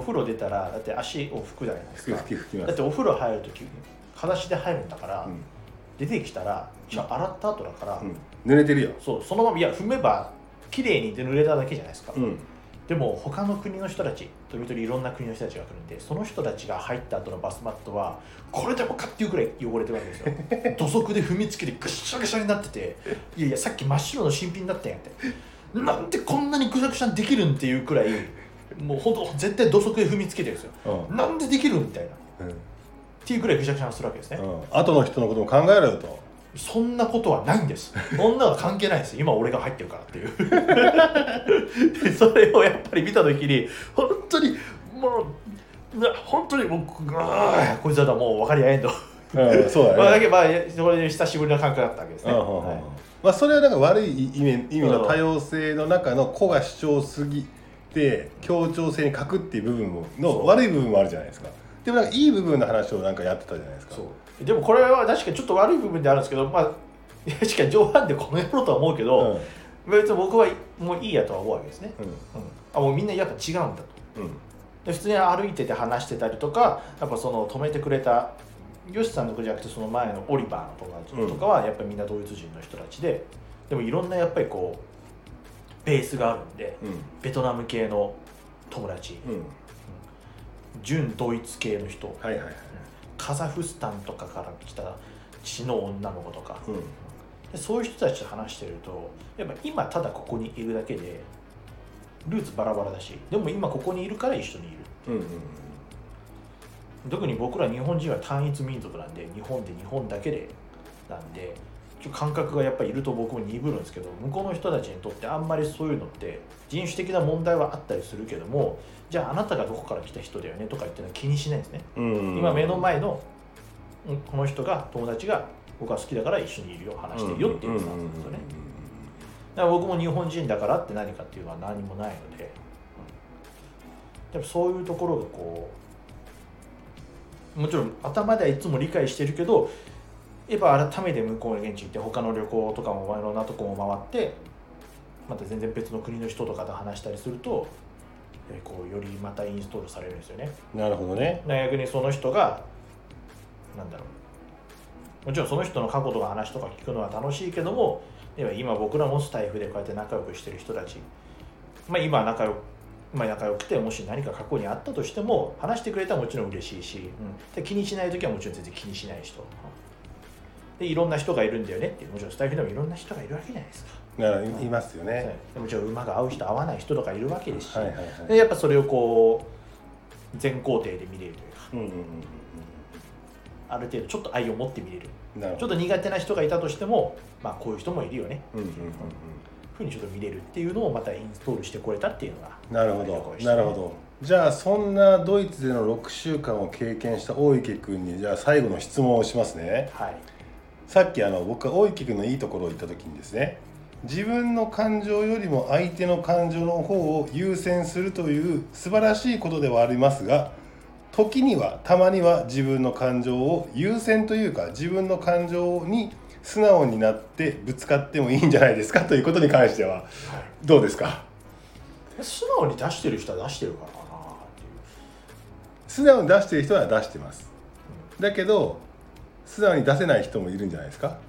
A: お風呂出たらだって足を拭くじゃないですか。
B: 拭き拭きます。
A: だってお風呂入るとき裸足で入るんだから、うん、出てきたらじゃあ洗った後だから、うん、
B: 濡れてるよ。
A: そうそのままいや踏めば綺麗に濡れただけじゃないですか、うん、でも他の国の人たちドミトリーいろんな国の人たちが来るんでその人たちが入った後のバスマットはこれでもかっていうくらい汚れてるわけですよ土足で踏みつけてぐっしゃぐしゃになってていやいやさっき真っ白の新品だったんやってなんでこんなにぐしゃぐしゃにできるんっていうくらいもうほんと絶対土足で踏みつけてるんですよ、うん、なんでできるみたいな、うん、っていうくらいぐしゃぐしゃにするわけですね、うん、
B: 後の人のことも考えろよと。
A: そんなことはないんです。女は関係ないです。今俺が入ってるからっていうそれをやっぱり見た時に本当にもう本当に僕がこいつだともう分かり合えんと、うん、そうだね。まあだけどまあそれで久しぶりの感覚だったわけですね。うんうんうん、はい、
B: まあそれはなんか悪い意味、意味の多様性の中の個が主張すぎて協調性に欠くっていう部分の悪い部分もあるじゃないですか。でもなんかいい部分の話をなんかやってたじゃないですか。そうで
A: もこれは確かにちょっと悪い部分であるんですけど、まあ、 いやしか冗談でこの野郎とは思うけど、うん、別に僕はもういいやとは思うわけですね、うんうん、あもうみんなやっぱ違うんだと、うん、で普通に歩いてて話してたりとかやっぱその止めてくれたヨシさんの子じゃなくてその前のオリバーの友達とかはやっぱりみんなドイツ人の人たちで、でもいろんなやっぱりこうベースがあるんで、うん、ベトナム系の友達、うんうん、純ドイツ系の人、はいはいはい、カザフスタンとかから来た血の女の子とか、うん、でそういう人たちと話してるとやっぱ今ただここにいるだけでルーツバラバラだし、でも今ここにいるから一緒にいるっていう、うんうんうん、特に僕ら日本人は単一民族なんで日本で日本だけでなんでちょっと感覚がやっぱりいると僕も鈍るんですけど、向こうの人たちにとってあんまりそういうのって人種的な問題はあったりするけども、じゃああなたがどこから来た人だよねとか言ってのは気にしないんですね、うんうんうん、今目の前のこの人が友達が僕は好きだから一緒にいるよ話してるよっていうスタンスなんですよね。だから僕も日本人だからって何かっていうのは何もないので、でもそういうところがこうもちろん頭ではいつも理解してるけどやっぱ改めて向こうの現地行って他の旅行とかもいろんなとこも回ってまた全然別の国の人とかと話したりするとこうよりまたインストールされるんですよね。
B: なるほどね。
A: 逆にその人がなんだろう、もちろんその人の過去とか話とか聞くのは楽しいけども、今僕らもスタイフでこうやって仲良くしてる人たち、まあ、今仲良くまあ、仲良くてもし何か過去にあったとしても話してくれたらもちろん嬉しいし、うん、で気にしないときはもちろん全然気にしない人で、いろんな人がいるんだよねっていう、もちろんスタイフでもいろんな人がいるわけじゃないですか。
B: だからいますよね。
A: でもちろん馬が合う人合わない人とかいるわけですし、はいはいはい、でやっぱそれをこう全肯定で見れるというか、うんうんうんうん、ある程度ちょっと愛を持って見れる。ちょっと苦手な人がいたとしても、まあこういう人もいるよね、うんうんうんうん、ふうにちょっと見れるっていうのをまたインストールしてこれたっていうのが、
B: なるほど、ね、なるほど。じゃあそんなドイツでのろくしゅうかんを経験した大池君にじゃあ最後の質問をしますね。はい。さっきあの僕が大池君のいいところを言った時にですね、自分の感情よりも相手の感情の方を優先するという素晴らしいことではありますが、時にはたまには自分の感情を優先というか自分の感情に素直になってぶつかってもいいんじゃないですかということに関してはどうですか？
A: 素直に出してる人は出してるからかなっていう。
B: 素直に出してる人は出してます、うん、だけど素直に出せない人もいるんじゃないですか？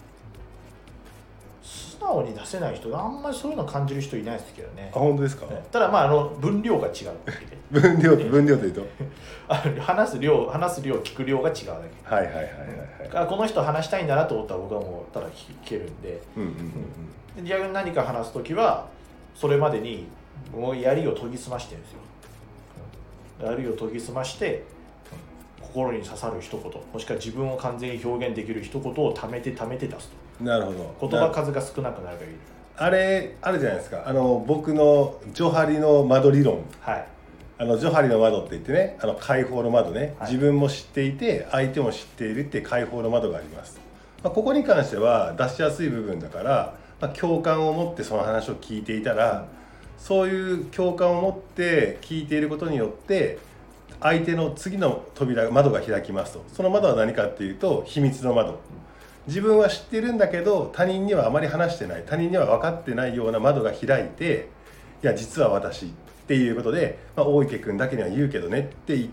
A: 素直に出せない人、あんまりそういうの感じる人いないですけどね。
B: あ、本当ですか？
A: ね、ただまああの分量が違う
B: 分量と分量というと
A: 話す量話す量聞く量が違うだけ。
B: はいはいはいはい、
A: はい、この人話したいんだなと思ったら僕はもうただ聞けるんで、うんうんうんうん、逆に何か話すときはそれまでにもう槍を研ぎ澄ましてるんですよ。槍を研ぎ澄まして心に刺さる一言、もしくは自分を完全に表現できる一言をためてためて出すと。
B: なるほど。
A: 言葉数が少なくなる限り。
B: あれあるじゃないですか、あの僕のジョハリの窓理論、はい、あのジョハリの窓って言ってね、あの解放の窓ね、はい、自分も知っていて相手も知っているって解放の窓があります、まあ、ここに関しては出しやすい部分だから、まあ、共感を持ってその話を聞いていたら、うん、そういう共感を持って聞いていることによって相手の次の扉窓が開きますと。その窓は何かっていうと秘密の窓、自分は知ってるんだけど他人にはあまり話してない、他人には分かってないような窓が開いて、いや実は私っていうことで、まあ、大池君だけには言うけどねって言って、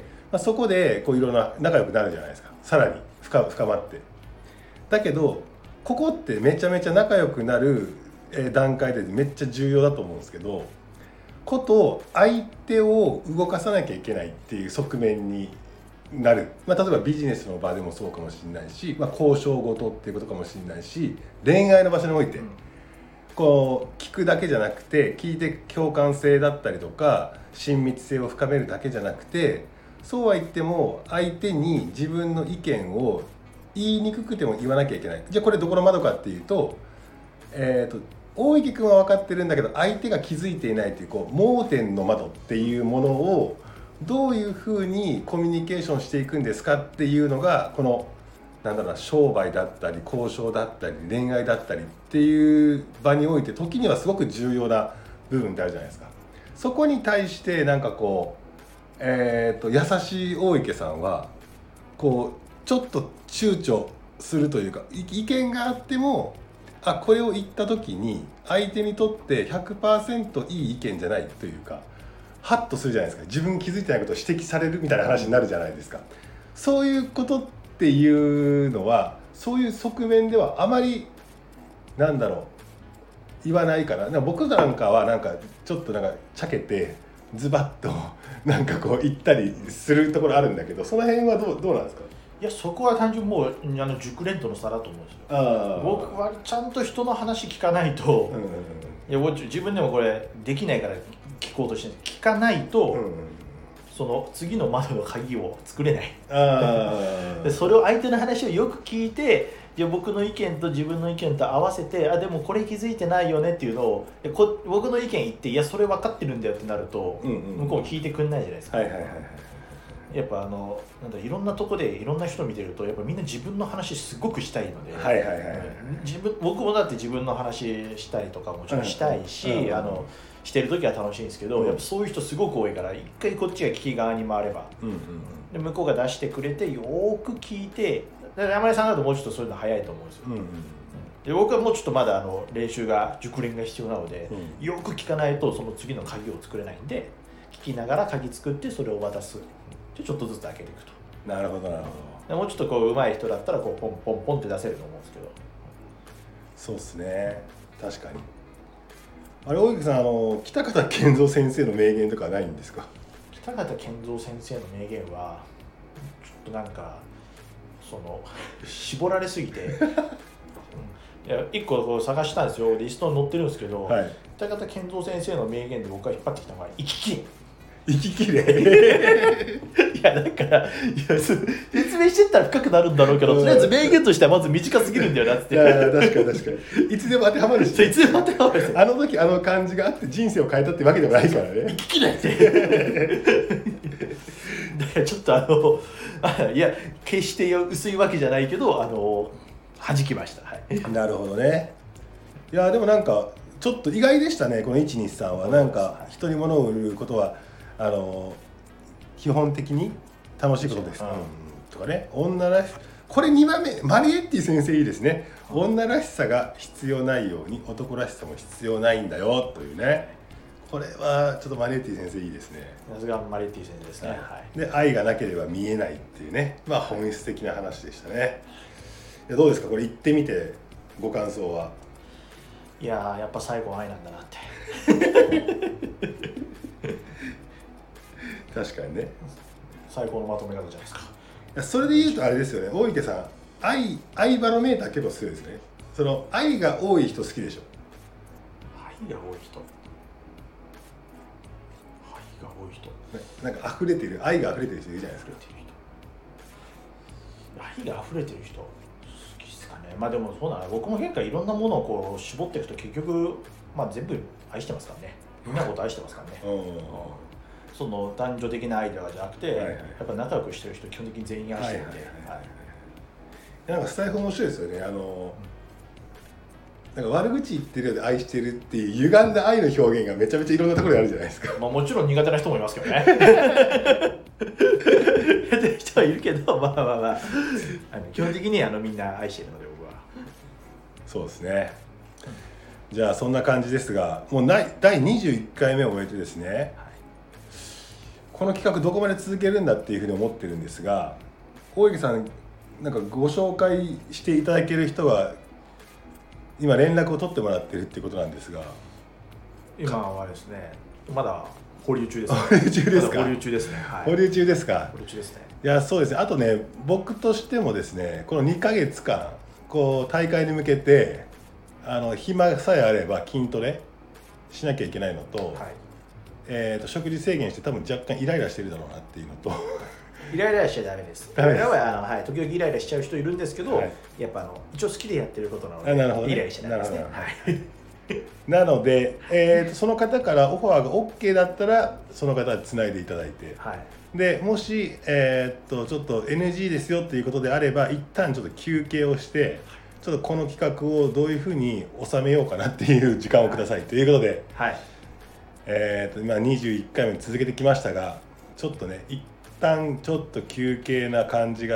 B: まあ、そこでこういろんな仲良くなるじゃないですか、さらに 深, 深まって。だけどここってめちゃめちゃ仲良くなる段階でめっちゃ重要だと思うんですけど、こと相手を動かさなきゃいけないっていう側面になる、まあ、例えばビジネスの場でもそうかもしれないし、まあ、交渉事っていうことかもしれないし、恋愛の場所において、うん、こう聞くだけじゃなくて聞いて共感性だったりとか親密性を深めるだけじゃなくて、そうは言っても相手に自分の意見を言いにくくても言わなきゃいけない。じゃあこれどこの窓かっていうと、えーと大池君は分かってるんだけど相手が気づいていないという、こう盲点の窓っていうものをどういうふうにコミュニケーションしていくんですかっていうのが、このなんだろうな、商売だったり交渉だったり恋愛だったりっていう場において時にはすごく重要な部分ってあるじゃないですか。そこに対してなんかこう、えーと優しい大池さんはこうちょっと躊躇するというか、意見があってもあこれを言った時に相手にとって ひゃくパーセント いい意見じゃないというか、ハッとするじゃないですか。自分気づいてないことを指摘されるみたいな話になるじゃないですか。そういうことっていうのはそういう側面ではあまりなんだろう言わないから。なんか僕なんかはなんかちょっとなんかちゃけてズバッとなんかこう言ったりするところあるんだけど、その辺はどうどうなんですか？
A: いやそこは単純にもうあの熟練度の差だと思うんですよ。あ僕はちゃんと人の話聞かないと、うんうんうん、いや僕自分でもこれできないから聞こうとして聞かないと、うんうん、その次の窓の鍵を作れない。あでそれを相手の話をよく聞いて、で僕の意見と自分の意見と合わせて、あでもこれ気づいてないよねっていうのをこ僕の意見言って、いやそれ分かってるんだよってなると、うんうん、向こう聞いてくんないじゃないですか。はいはいはいはい、やっぱあのなんだいろんなとこでいろんな人見てるとやっぱみんな自分の話すごくしたいので、はいはいはいはい、自分僕もだって自分の話したりとかもちろんしたいし、うんうん、あのしてる時は楽しいんですけど、うん、やっぱそういう人すごく多いから一回こっちが聞き側に回れば、うんうん、で向こうが出してくれてよーく聞いて、山根さんだともうちょっとそういうの早いと思うんですよ、うんうん、で僕はもうちょっとまだあの練習が熟練が必要なので、うん、よく聞かないとその次の鍵を作れないんで、聞きながら鍵作ってそれを渡す、ちょっとずつ開けていくと。
B: なるほどなるほ
A: ど。もうちょっとこう上手い人だったらこうポンポンポンって出せると思うんですけど。
B: そうですね、確かに。あれ大池さん、あの北方健三先生の名言とかはないんですか？
A: 北方健三先生の名言はちょっとなんかその絞られすぎていやいっここう探したんですよ。リストに載ってるんですけど、はい、北方健三先生の名言で僕が引っ張ってきたのが生ききれ
B: 生ききれ
A: いやだからいや説明してったら深くなるんだろうけど、とりあえず名言としてはまず短すぎるんだよなって。いや
B: 確かに確かにいつでも当てはまるし、
A: いつでも当てはまる。
B: あの時あの感じがあって人生を変えたってわけでもないからね。
A: 生ききれってだからちょっとあのあいや決して薄いわけじゃないけどあの弾きました、はい、
B: なるほどね。いやでもなんかちょっと意外でしたね、このいちにちさんは。なんか人に物を売ることはあの基本的に楽しいことです、うん、とかね。女らしこれにばんめマリエッティ先生いいですね。女らしさが必要ないように男らしさも必要ないんだよというね。これはちょっとマリエッティ先生いいですね。
A: さすがマリエッティ先生ですね、はい、
B: で愛がなければ見えないっていうね、まあ本質的な話でしたね。いやどうですかこれ言ってみてご感想は。
A: いややっぱ最後は愛なんだなって
B: 確かにね、
A: 最高のまとめ方じゃないですか。
B: いやそれで言うとあれですよね、大池さん愛愛バロメーター結構強いですね。その愛が多い人好きでしょ。
A: 愛が多い人愛が多い人、
B: ね、なんか溢れてる愛が溢れてる人いるじゃないですか。
A: 愛が溢れてる人好きですかね。まあでもそうなの、僕も結構いろんなものをこう絞っていくと結局、まあ、全部愛してますからね。みんなのこと愛してますからね、うん、その男女的な愛とかじゃなくて、はいはい、やっぱ仲良くしてる人基本的に全員愛してるんで、
B: なんかスタイフ面白いですよね。あの、うん、なんか悪口言ってるようで愛してるっていう歪んだ愛の表現がめちゃめちゃいろんなところにあるじゃないですか。
A: まあもちろん苦手な人もいますけどねやってる人はいるけど、まあまあまああの基本的にあのみんな愛してるので僕は。
B: そうですね。じゃあそんな感じですが、もうだいにじゅういっかいめを終えてですね、はい、この企画どこまで続けるんだっていうふうに思ってるんですが、大池さんなんかご紹介していただける人は今連絡を取ってもらってるっていうことなんですが。
A: 今はですねまだ保留中です、ね、
B: 保留中ですか。
A: 保留中ですね、はい、
B: 保留中ですか。
A: 保留中ですね。
B: いやそうですね。あとね僕としてもですねこのにかげつかんこう大会に向けてあの暇さえあれば筋トレしなきゃいけないのと、はい、えー、と食事制限して多分若干イライラしてるだろうなっていうのと
A: イライラしちゃダメです。イライラはあの、はい、時々イライラしちゃう人いるんですけど、はい、やっぱあの一応好きでやってることなので、なるほどね、イライラしちゃダメですね。
B: なので、えー、とその方からオファーが OK だったらその方はつないでいただいて、はい、でもし、えー、とちょっと エヌジー ですよっていうことであれば一旦ちょっと休憩をしてちょっとこの企画をどういうふうに収めようかなっていう時間をくださいということで、はい、えー、と今にじゅういっかいめ続けてきましたがちょっとね一旦ちょっと休憩な感じが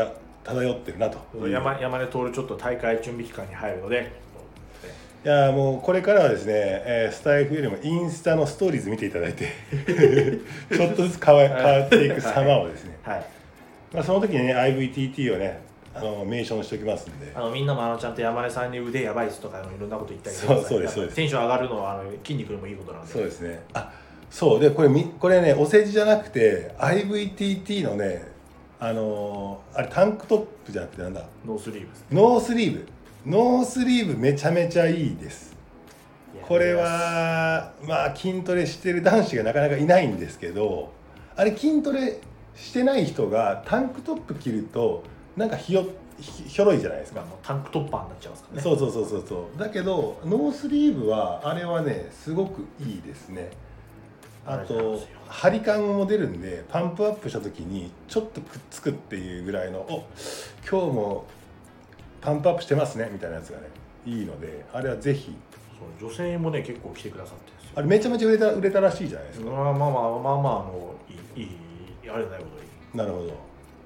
B: 漂ってるなと。
A: 山山根徹ちょっと大会準備期間に入るので、
B: いやもうこれからはですね、えー、スタイフよりもインスタのストーリーズ見ていただいてちょっとずつ変わ、変わっていく様をですね、はいはい、まあ、その時にね アイブイティーティー をねあのメンションしておきますんで、
A: あのみんなもあのちゃんと山根さんに腕やばいっすとかいろんなこと言ったりと
B: か、そうそうですそうです。
A: テンション上がるのはあの筋肉にもいいことなんで。
B: そうですね。あ、そうでこれみこれねお世辞じゃなくて アイブイティーティー のねあのー、あれタンクトップじゃなくてなんだ
A: ノースリーブ、ね、
B: ノースリーブノースリーブめちゃめちゃいいです。これはまあ筋トレしてる男子がなかなかいないんですけど、あれ筋トレしてない人がタンクトップ着るとなんかひよひょろいじゃないですか。
A: もうタンクトッパーになっちゃいますからね。
B: そうそうそうそうそう。だけどノースリーブはあれはねすごくいいですね。あと張り感も出るんでパンプアップした時にちょっとくっつくっていうぐらいのお今日もパンプアップしてますねみたいなやつがねいいので、あれはぜひ。
A: そう女性もね結構来てくださってるんですよ。
B: あれめちゃめちゃ売れた売れたらしいじゃないですか。
A: まあまあまあまあまああのいいいいあれないこといい。
B: なるほど。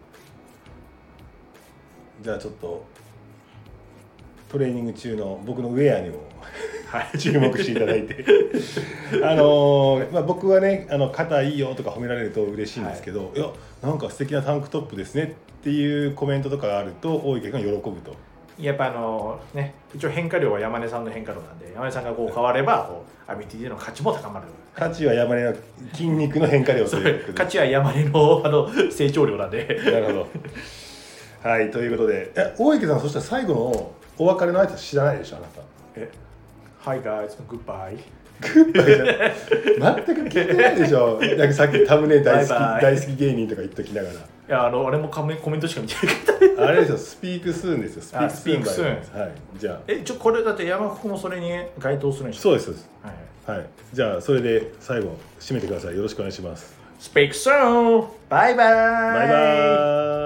B: じゃあちょっとトレーニング中の僕のウェアにも注目していただいてあのーまあ、僕はねあの肩いいよとか褒められると嬉しいんですけど、はい、いやなんか素敵なタンクトップですねっていうコメントとかがあると大池が喜ぶと。
A: やっぱあのね一応変化量は山根さんの変化量なんで山根さんがこう変わればこう アイブイティーティー の価値も高まる。
B: 価値は山根の筋肉の変化量ということで
A: 価値は山根のあの成長量なんで
B: なるほどはいということでえ大池さんそしたら最後のお別れの挨拶知らないでしょあなた。
A: え Hi guys, goodbye
B: グッバイじゃ全く聞いてないでしょなんかさっきタムネ大好きバイバイ大好き芸人とか言っときながら。
A: いやあの俺もコメントしか見てない
B: からあれですよスピークスーンですよスピークスーン。
A: スーン
B: はいじゃあ
A: えちょこれだって山福もそれに該当するんでしょ。
B: そうですそうです、はいはい、じゃあそれで最後締めてください。よろしくお願いします。
A: スピークスーンバイバイ
B: バイバイ。